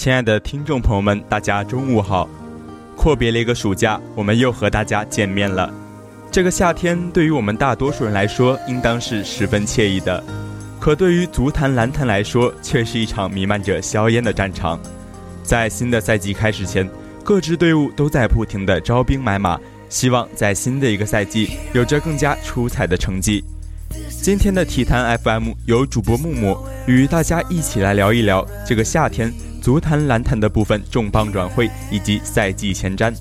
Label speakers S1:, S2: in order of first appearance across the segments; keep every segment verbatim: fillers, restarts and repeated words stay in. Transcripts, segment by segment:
S1: 亲爱的听众朋友们，大家中午好。阔别了一个暑假，我们又和大家见面了。这个夏天对于我们大多数人来说应当是十分惬意的，可对于足坛篮坛来说却是一场弥漫着硝烟的战场。在新的赛季开始前，各支队伍都在不停地招兵买马，希望在新的一个赛季有着更加出彩的成绩。今天的体坛 F M 由主播木木与大家一起来聊一聊这个夏天足坛篮坛的部分重磅转会以及赛季前瞻。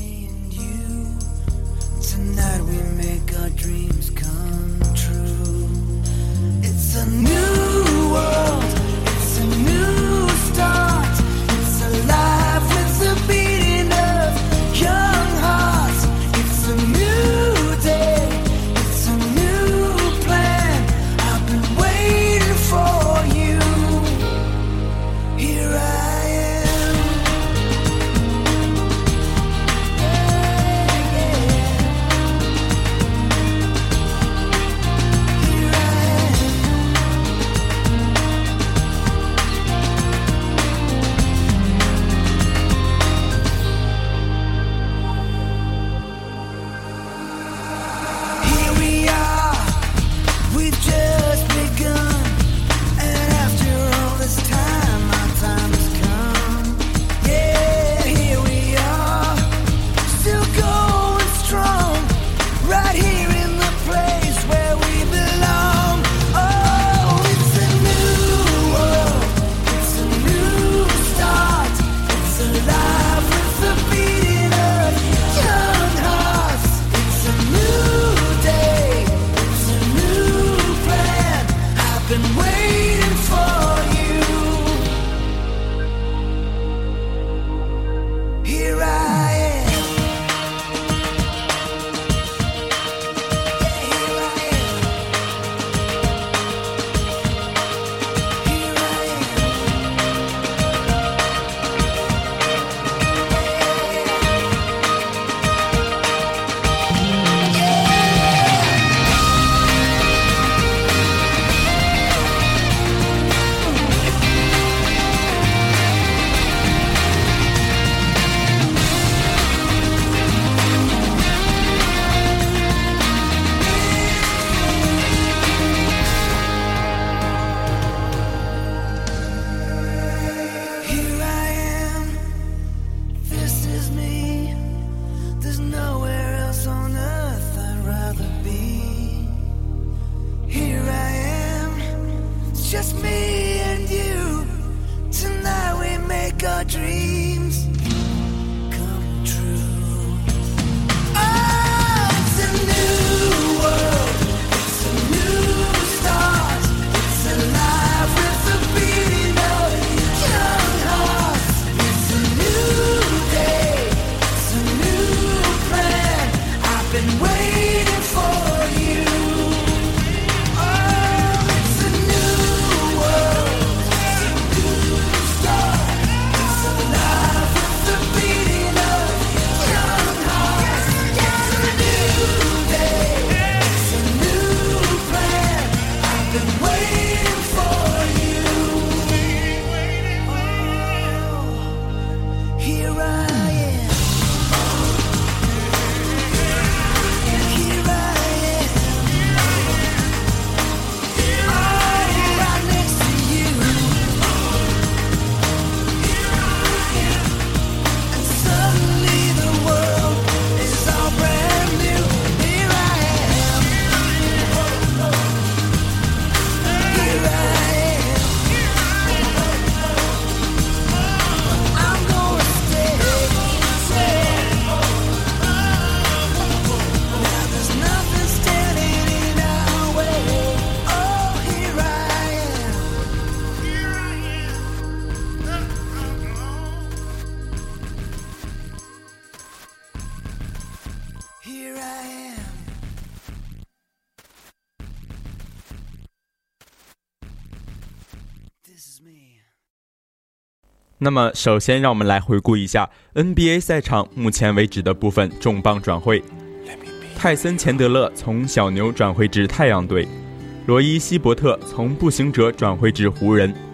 S1: 那么首先让我们来回顾一下 N B A 赛场目前为止的部分重磅转会。泰森·钱德勒从小牛转会至太阳队，罗伊·希伯特从步行者转会至湖人，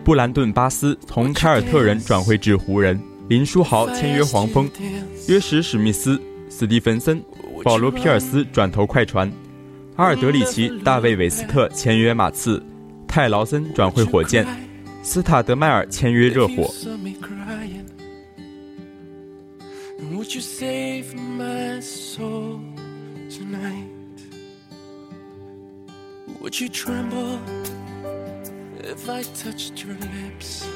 S1: 布兰顿·巴斯从凯尔特人转会至湖人，林书豪签约黄蜂，约什·史密斯、斯蒂芬森、保罗·皮尔斯转投快船，阿尔德里奇、大卫·韦斯特签约马刺，泰劳森转会火箭，斯塔德迈尔签约热火。
S2: Would you save my soul tonight? Would you tremble if I touched your lips?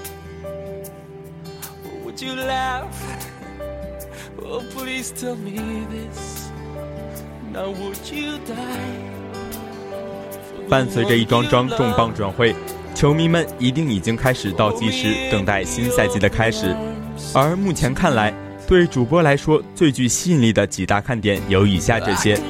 S2: Or would you laugh? Oh, please tell me this. Now would you die?
S1: 伴随着一桩桩重磅转会，球迷们一定已经开始倒计时，等待新赛季的开始。而目前看来，对主播来说最具吸引力的几大看点有以下这些。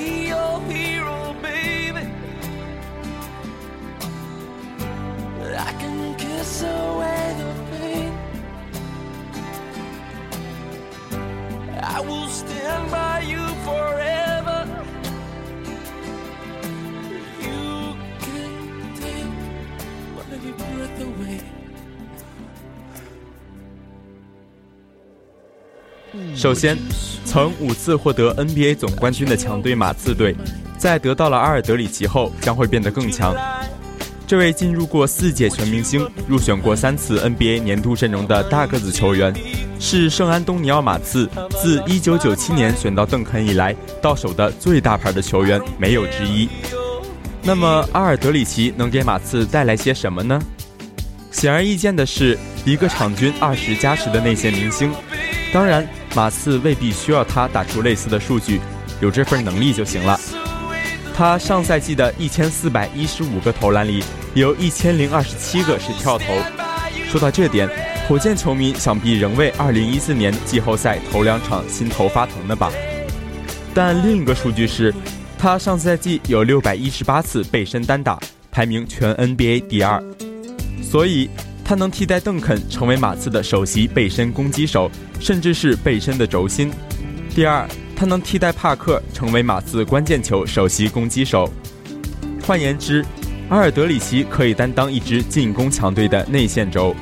S1: 首先，曾五次获得 N B A 总冠军的强队马刺队，在得到了阿尔德里奇后将会变得更强。这位进入过四届全明星、入选过三次 N B A 年度阵容的大个子球员，是圣安东尼奥马刺自一九九七年选到邓肯以来到手的最大牌的球员，没有之一。那么阿尔德里奇能给马刺带来些什么呢？显而易见的是，一个场均二十加十的内线明星。当然，马刺未必需要他打出类似的数据，有这份能力就行了。他上赛季的一千四百一十五个投篮里，有一千零二十七个是跳投。说到这点，火箭球迷想必仍为二零一四年季后赛头两场心头发疼的吧。但另一个数据是，他上赛季有六百一十八次背身单打，排名全 N B A 第二。所以他能替代邓肯成为马刺的首席背身攻击手，甚至是背身的轴心。第二，他能替代帕克成为马刺关键球首席攻击手。换言之，阿尔德里奇可以担当一支进攻强队的内线轴。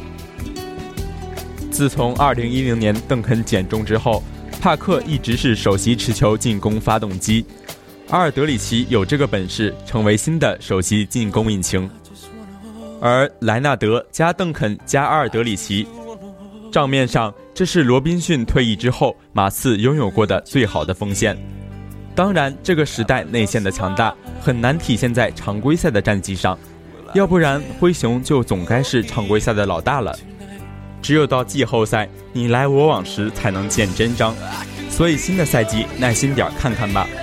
S1: 自从二零一零年邓肯减重之后，帕克一直是首席持球进攻发动机，阿尔德里奇有这个本事成为新的首席进攻引擎。而莱纳德加邓肯加阿尔德里奇，账面上这是罗宾逊退役之后马刺拥有过的最好的锋线。当然，这个时代内线的强大很难体现在常规赛的战绩上，要不然灰熊就总该是常规赛的老大了。只有到季后赛你来我往时才能见真章，所以新的赛季耐心点看看吧。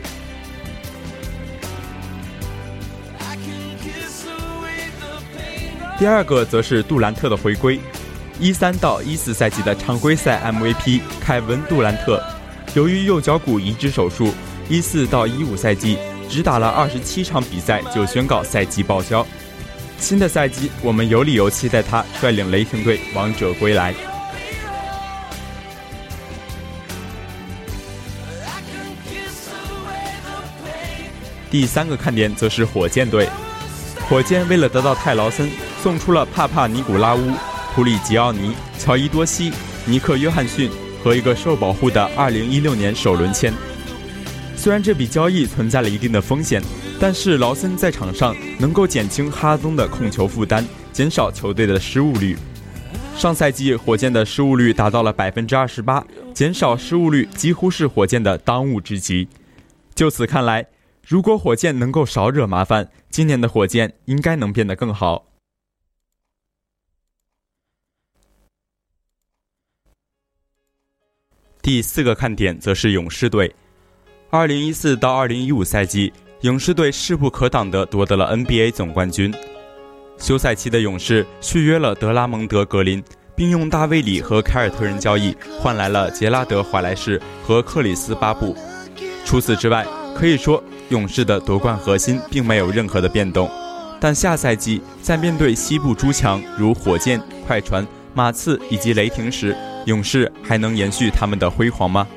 S1: 第二个则是杜兰特的回归。一三到一四赛季的常规赛 M V P 凯文杜兰特，由于右脚骨移植手术，一四到一五赛季只打了二十七场比赛就宣告赛季报销。新的赛季我们有理由期待他率领雷霆队王者归来。第三个看点则是火箭队。火箭为了得到泰劳森，送出了帕帕尼古拉乌、普里吉奥尼、乔伊多西、尼克约翰逊和一个受保护的二零一六年首轮签。虽然这笔交易存在了一定的风险，但是劳森在场上能够减轻哈登的控球负担，减少球队的失误率。上赛季火箭的失误率达到了 百分之二十八， 减少失误率几乎是火箭的当务之急。就此看来，如果火箭能够少惹麻烦，今年的火箭应该能变得更好。第四个看点则是勇士队。二零一四到二零一五赛季，勇士队势不可挡地夺得了 N B A 总冠军。休赛期的勇士续约了德拉蒙德·格林，并用大卫里和凯尔特人交易换来了杰拉德·华莱士和克里斯·巴布。除此之外，可以说勇士的夺冠核心并没有任何的变动。但下赛季在面对西部诸强如火箭、快船、马刺以及雷霆时，勇士还能延续他们的辉煌吗？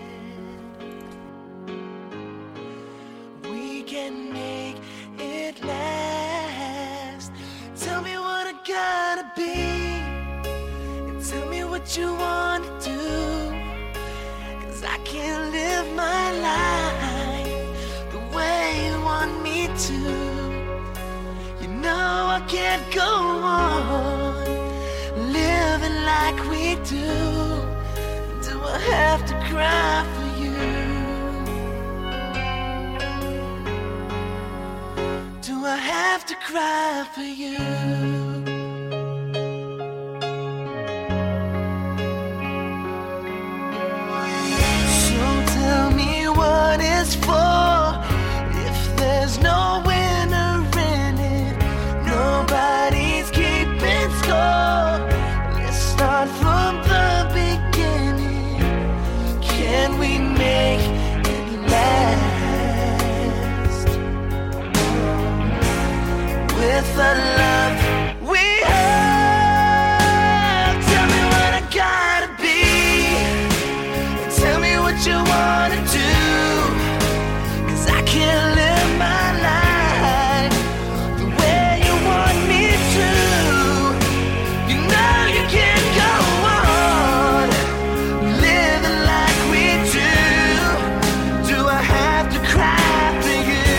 S2: Tell me what I gotta what you wanna do, 'cause I can't live my life the way you want me to. You know I can't go on living like we do. Do I have to cry for you? Do I have to cry for you? For if there's no winner in it, nobody's keeping score. Let's start from the beginning. Can we make it last with the love we have? Tell me what I gotta be. Tell me what you wanna do. Can't live my life the way you want me to. You know you can't go on living like we do. Do I have to cry for you?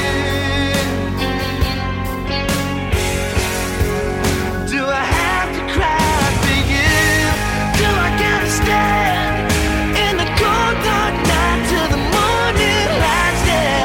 S2: Do I have to cry for you? Do I gotta stand in the cold dark night till the morning lights? Yeah.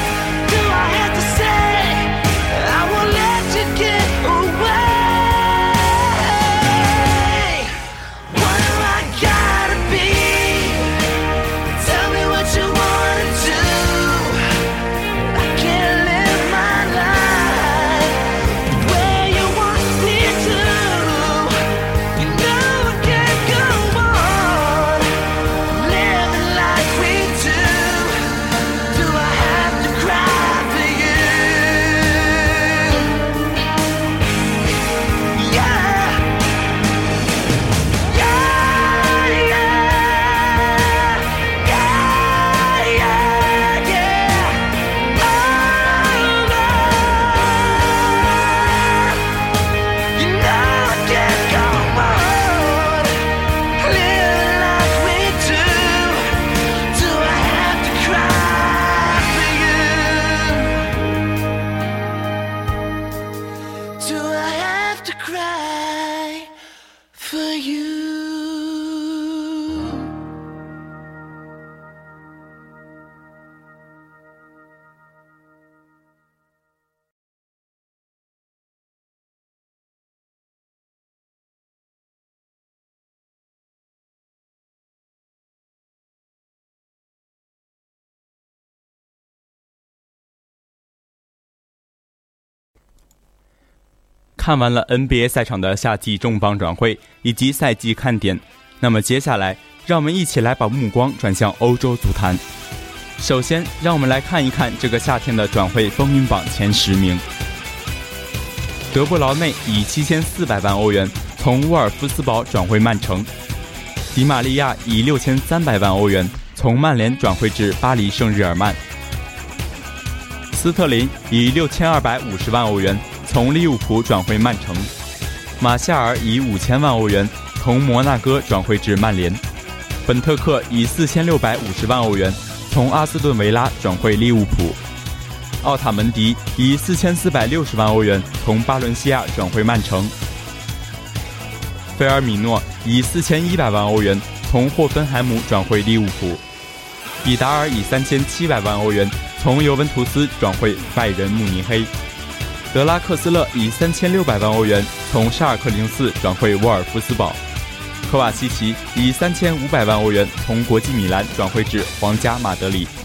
S1: 看完了 N B A 赛场的夏季重磅转会以及赛季看点，那么接下来让我们一起来把目光转向欧洲足坛。首先让我们来看一看这个夏天的转会风云榜前十名。德布劳内以七千四百万欧元从沃尔夫斯堡转会曼城，迪玛利亚以六千三百万欧元从曼联转会至巴黎圣日耳曼，斯特林以六千二百五十万欧元从利物浦转会曼城，马夏尔以五千万欧元从摩纳哥转会至曼联，本特克以四千六百五十万欧元从阿斯顿维拉转会利物浦，奥塔门迪以四千四百六十万欧元从巴伦西亚转会曼城，菲尔米诺以四千一百万欧元从霍芬海姆转会利物浦，比达尔以三千七百万欧元从尤文图斯转会拜仁慕尼黑，德拉克斯勒以三千六百万欧元从沙尔克零四转会沃尔夫斯堡，科瓦西奇以三千五百万欧元从国际米兰转会至皇家马德里。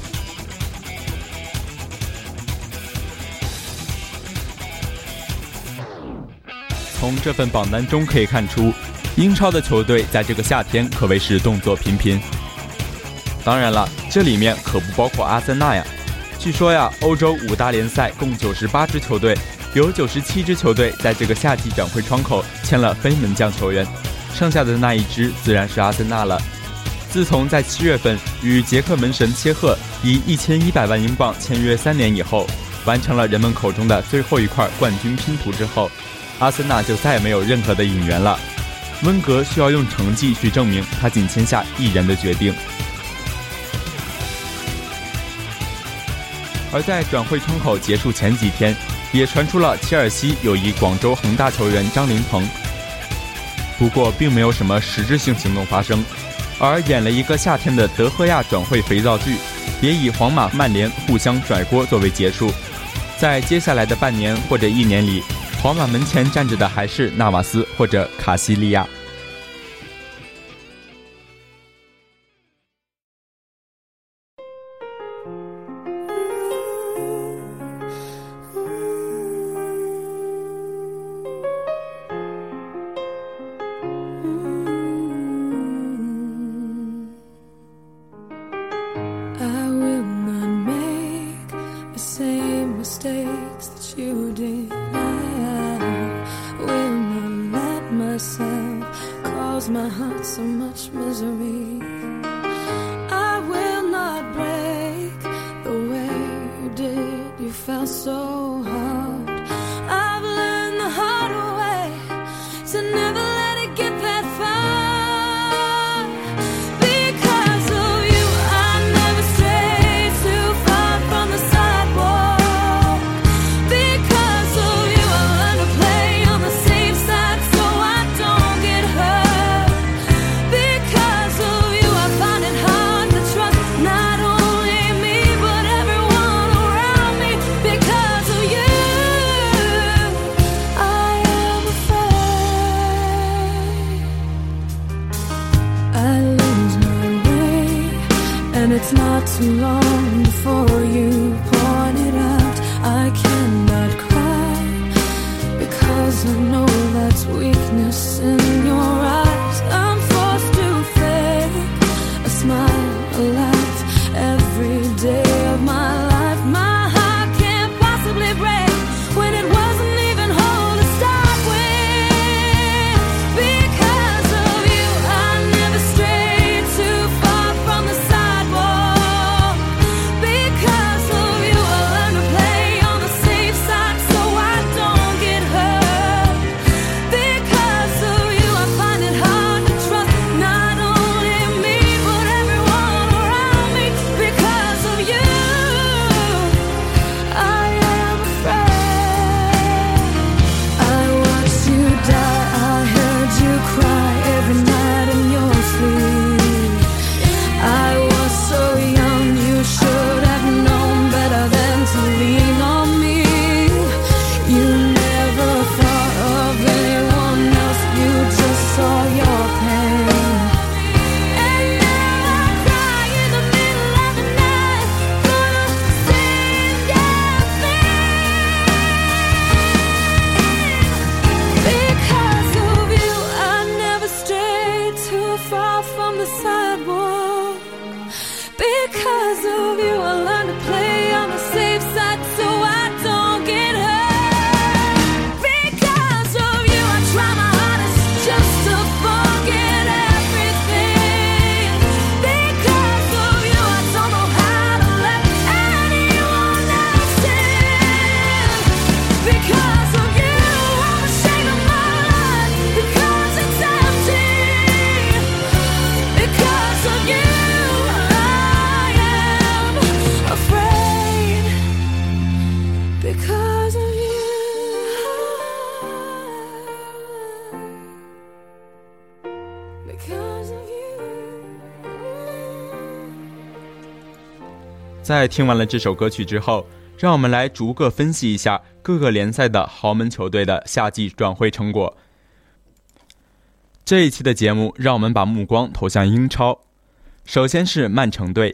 S1: 从这份榜单中可以看出，英超的球队在这个夏天可谓是动作频频。当然了，这里面可不包括阿森纳呀。据说呀，欧洲五大联赛共九十八支球队，有九十七支球队在这个夏季转会窗口签了非门将球员，剩下的那一支自然是阿森纳了。自从在七月份与捷克门神切赫以一千一百万英镑签约三年以后，完成了人们口中的最后一块冠军拼图之后，阿森纳就再也没有任何的引援了。 温格需要用成绩去证明他仅签下一人的决定。而在转会窗口结束前几天，也传出了切尔西有意广州恒大球员张琳芃，不过并没有什么实质性行动发生。而演了一个夏天的德赫亚转会肥皂剧，也以皇马、曼联互相甩锅作为结束。在接下来的半年或者一年里，皇马门前站着的还是纳瓦斯或者卡西利亚。
S3: My heart so much misery. I will not break the way you did. You felt so hard. I've learned the hard way to never let it get that far. Because of you, I never strayed too far from the sidewalk. Because of you, I learned to play on the safe side so I don't get hurt. It's not too long before you point it out. I cannot cry because I know that's weakness in your eyes. I'm forced to fake a smile, a laugh every day of my life. My heart can't possibly break when it wasn't even whole to start with. Because of you, I never strayed too far from the side. Because of you.
S1: 在听完了这首歌曲之后，让我们来逐个分析一下各个联赛的豪门球队的夏季转会成果。这一期的节目，让我们把目光投向英超。首先是曼城队，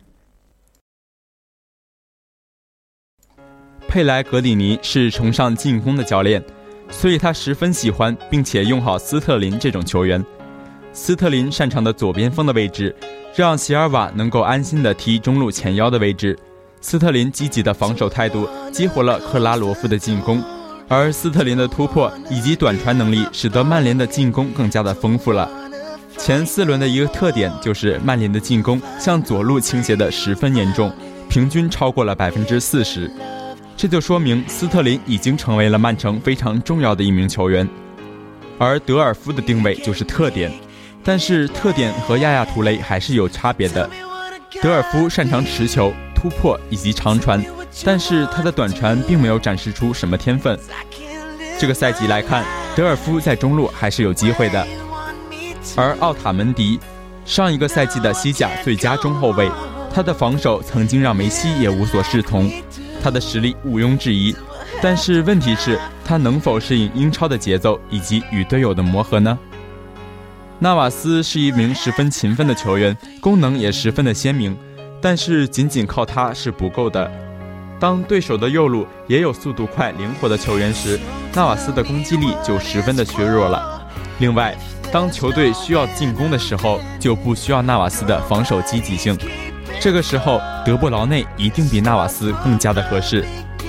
S1: 佩莱格里尼是崇尚进攻的教练，所以他十分喜欢并且用好斯特林这种球员。斯特林擅长的左边锋的位置，让席尔瓦能够安心地踢中路前腰的位置。斯特林积极的防守态度激活了克拉罗夫的进攻，而斯特林的突破以及短传能力使得曼联的进攻更加的丰富了。前四轮的一个特点就是曼联的进攻向左路倾斜的十分严重，平均超过了百分之四十。这就说明斯特林已经成为了曼城非常重要的一名球员。 而德尔夫的定位就是特点，但是特点和亚亚图雷还是有差别的。德尔夫擅长持球、突破以及长传，但是他的短传并没有展示出什么天分。这个赛季来看，德尔夫在中路还是有机会的。而奥塔门迪，上一个赛季的西甲最佳中后卫，他的防守曾经让梅西也无所适从，他的实力毋庸置疑，但是问题是他能否适应英超的节奏以及与队友的磨合呢？纳瓦斯是一名十分勤奋的球员，功能也十分的鲜明，但是仅仅靠他是不够的。当对手的右路也有速度快灵活的球员时，纳瓦斯的攻击力就十分的削弱了。另外，当球队需要进攻的时候，就不需要纳瓦斯的防守积极性。这个时候，德布劳内一定比纳瓦斯更加的合适。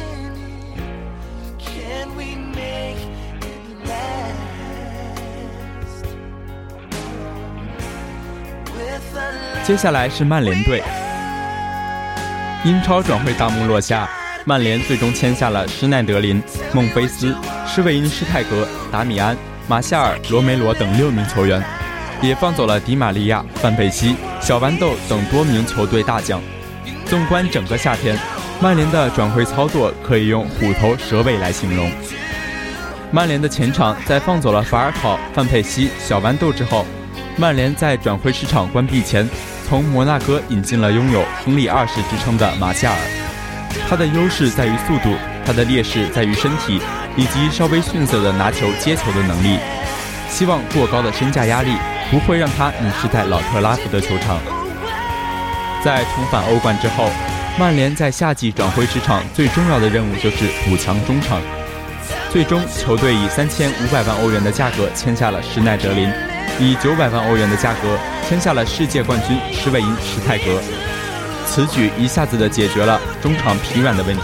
S1: 接下来是曼联队。英超转会大幕落下，曼联最终签下了施耐德林、孟菲斯、施韦因施泰格、达米安、马夏尔、罗梅罗等六名球员，也放走了迪玛利亚、范佩西、小豌豆等多名球队大将。纵观整个夏天，曼联的转会操作可以用虎头蛇尾来形容。曼联的前场在放走了法尔考、范佩西、小豌豆之后，曼联在转会市场关闭前，从摩纳哥引进了拥有亨利二世之称的马夏尔。他的优势在于速度，他的劣势在于身体以及稍微逊色的拿球接球的能力。希望过高的身价压力不会让他迷失在老特拉福德球场。在重返欧冠之后，曼联在夏季转会市场最重要的任务就是补强中场。最终球队以三千五百万欧元的价格签下了施耐德林，以九百万欧元的价格签下了世界冠军施韦因施泰格。此举一下子的解决了中场疲软的问题。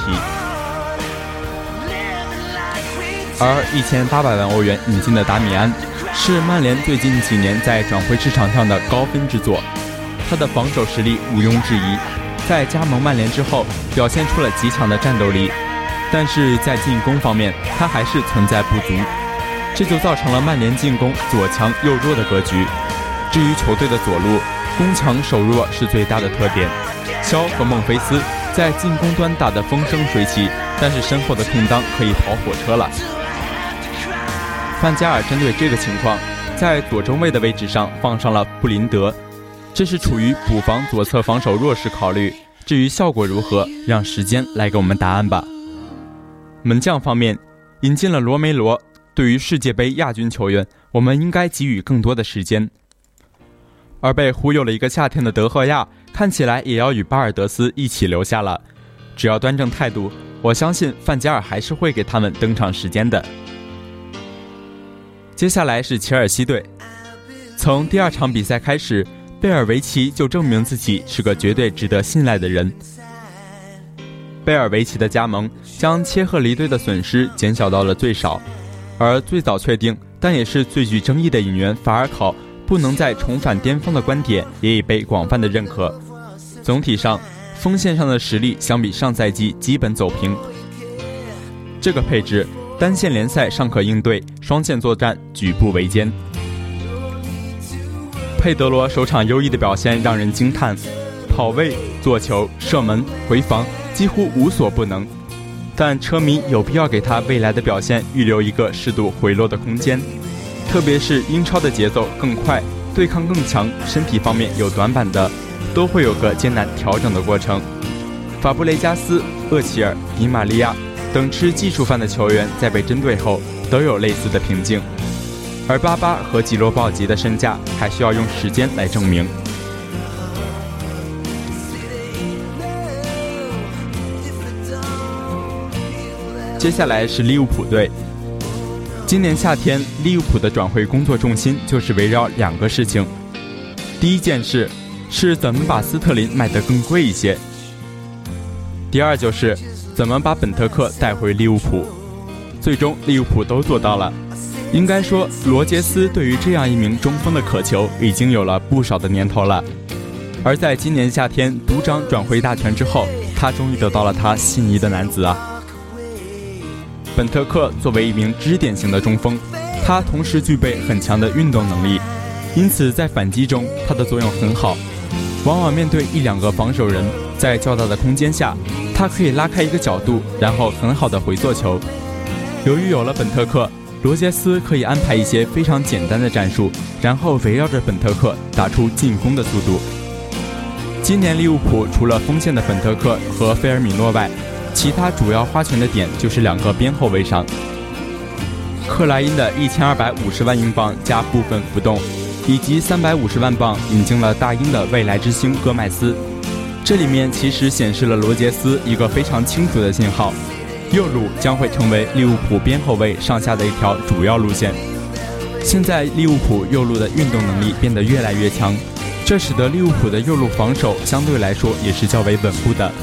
S1: 而一千八百万欧元引进的达米安是曼联最近几年在转会市场上的高分之作，他的防守实力毋庸置疑，在加盟曼联之后表现出了极强的战斗力，但是在进攻方面他还是存在不足，这就造成了曼联进攻左强右弱的格局。至于球队的左路，攻强守弱是最大的特点。肖和孟菲斯在进攻端打得风生水起，但是身后的空当可以跑火车了。范加尔针对这个情况，在左中卫的位置上放上了布林德，这是处于补防左侧防守弱势考虑。至于效果如何，让时间来给我们答案吧。门将方面，引进了罗梅罗，对于世界杯亚军球员，我们应该给予更多的时间。而被忽悠了一个夏天的德赫亚，看起来也要与巴尔德斯一起留下了。只要端正态度，我相信范加尔还是会给他们登场时间的。接下来是切尔西队。从第二场比赛开始，贝尔维奇就证明自己是个绝对值得信赖的人。贝尔维奇的加盟将切赫离队的损失减小到了最少，而最早确定但也是最具争议的引援法尔考不能再重返巅峰的观点也已被广泛的认可。总体上，锋线上的实力相比上赛季基本走平。这个配置，单线联赛尚可应对，双线作战举步维艰。佩德罗首场优异的表现让人惊叹，跑位、做球、射门、回防几乎无所不能，但车迷有必要给他未来的表现预留一个适度回落的空间。特别是英超的节奏更快，对抗更强，身体方面有短板的，都会有个艰难调整的过程。法布雷加斯、厄齐尔、迪玛利亚等吃技术饭的球员在被针对后都有类似的瓶颈，而巴巴和吉罗鲍吉的身价还需要用时间来证明。接下来是利物浦队。今年夏天，利物浦的转会工作重心就是围绕两个事情。第一件事是怎么把斯特林卖得更贵一些，第二就是怎么把本特克带回利物浦。最终利物浦都做到了。应该说，罗杰斯对于这样一名中锋的渴求已经有了不少的年头了。而在今年夏天独掌转会大权之后，他终于得到了他心仪的男子啊。本特克作为一名支点型的中锋， 它同时具备很强的运动能力，因此在反击中它的作用很好。往往面对一两个防守人，在较大的空间下，它可以拉开一个角度，然后很好的回做球。由于有了本特克，罗杰斯可以安排一些非常简单的战术，然后围绕着本特克打出进攻的速度。今年利物浦除了锋线的本特克和菲尔米诺外，其他主要花钱的点就是两个边后卫上。克莱因的一千二百五十万英镑加部分浮动，以及三百五十万镑引进了大英的未来之星戈麦斯。这里面其实显示了罗杰斯一个非常清楚的信号：右路将会成为利物浦边后卫上下的一条主要路线。现在利物浦右路的运动能力变得越来越强，这使得利物浦的右路防守相对来说也是较为稳固的。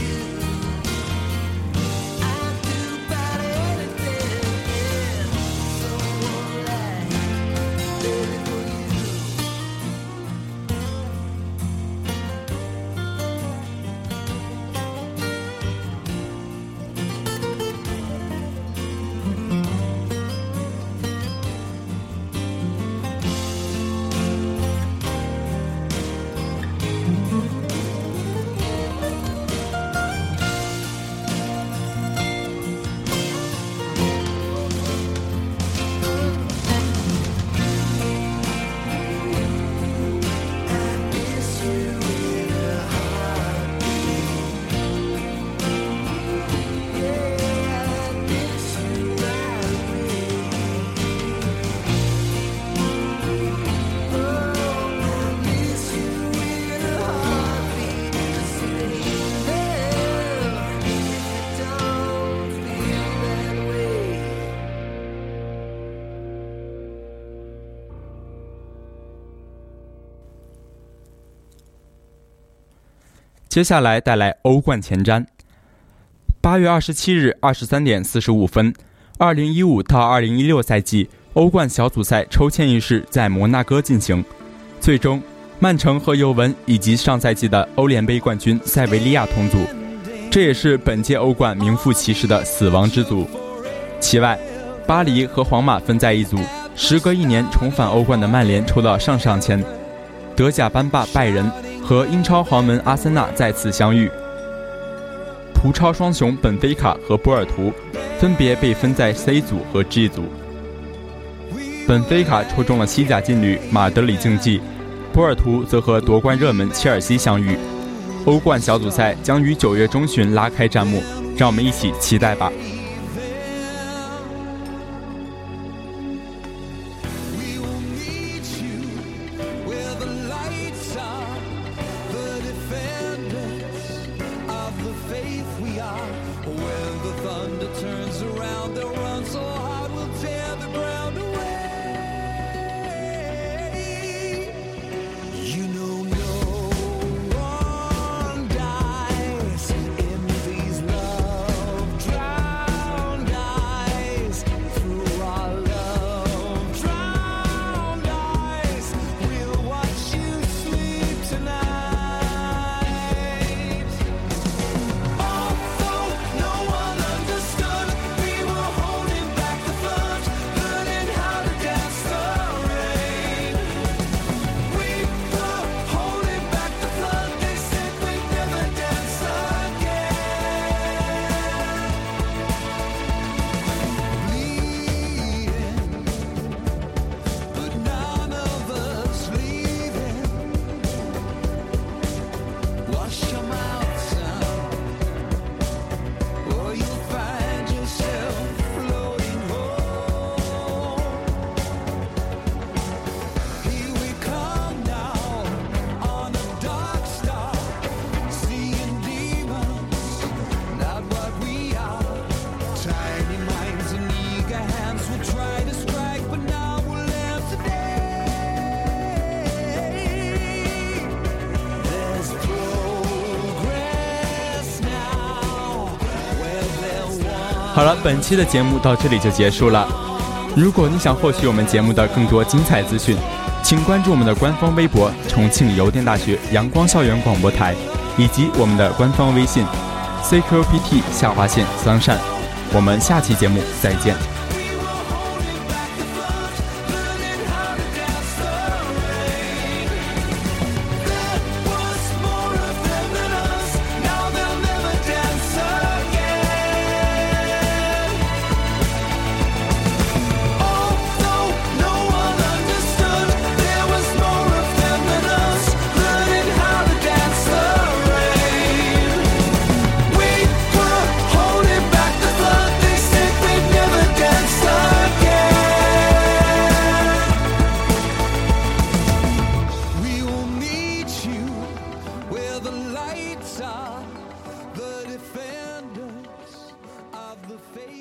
S1: 接下来带来欧冠前瞻。八月二十七日二十三点四十五分，二零一五到二零一六赛季欧冠小组赛抽签仪式在摩纳哥进行，最终曼城和尤文以及上赛季的欧联杯冠军塞维利亚同组，这也是本届欧冠名副其实的死亡之组。其外，巴黎和皇马分在一组，时隔一年重返欧冠的曼联抽到上上签，德甲班霸拜仁和英超豪门阿森纳再次相遇。葡超双雄本菲卡和波尔图分别被分在 C 组和 G 组。本菲卡抽中了西甲劲旅马德里竞技，波尔图则和夺冠热门切尔西相遇。欧冠小组赛将于九月中旬拉开战幕，让我们一起期待吧。好了，本期的节目到这里就结束了。如果你想获取我们节目的更多精彩资讯，请关注我们的官方微博重庆邮电大学阳光校园广播台，以及我们的官方微信 C Q P T 下划线桑葚。我们下期节目再见。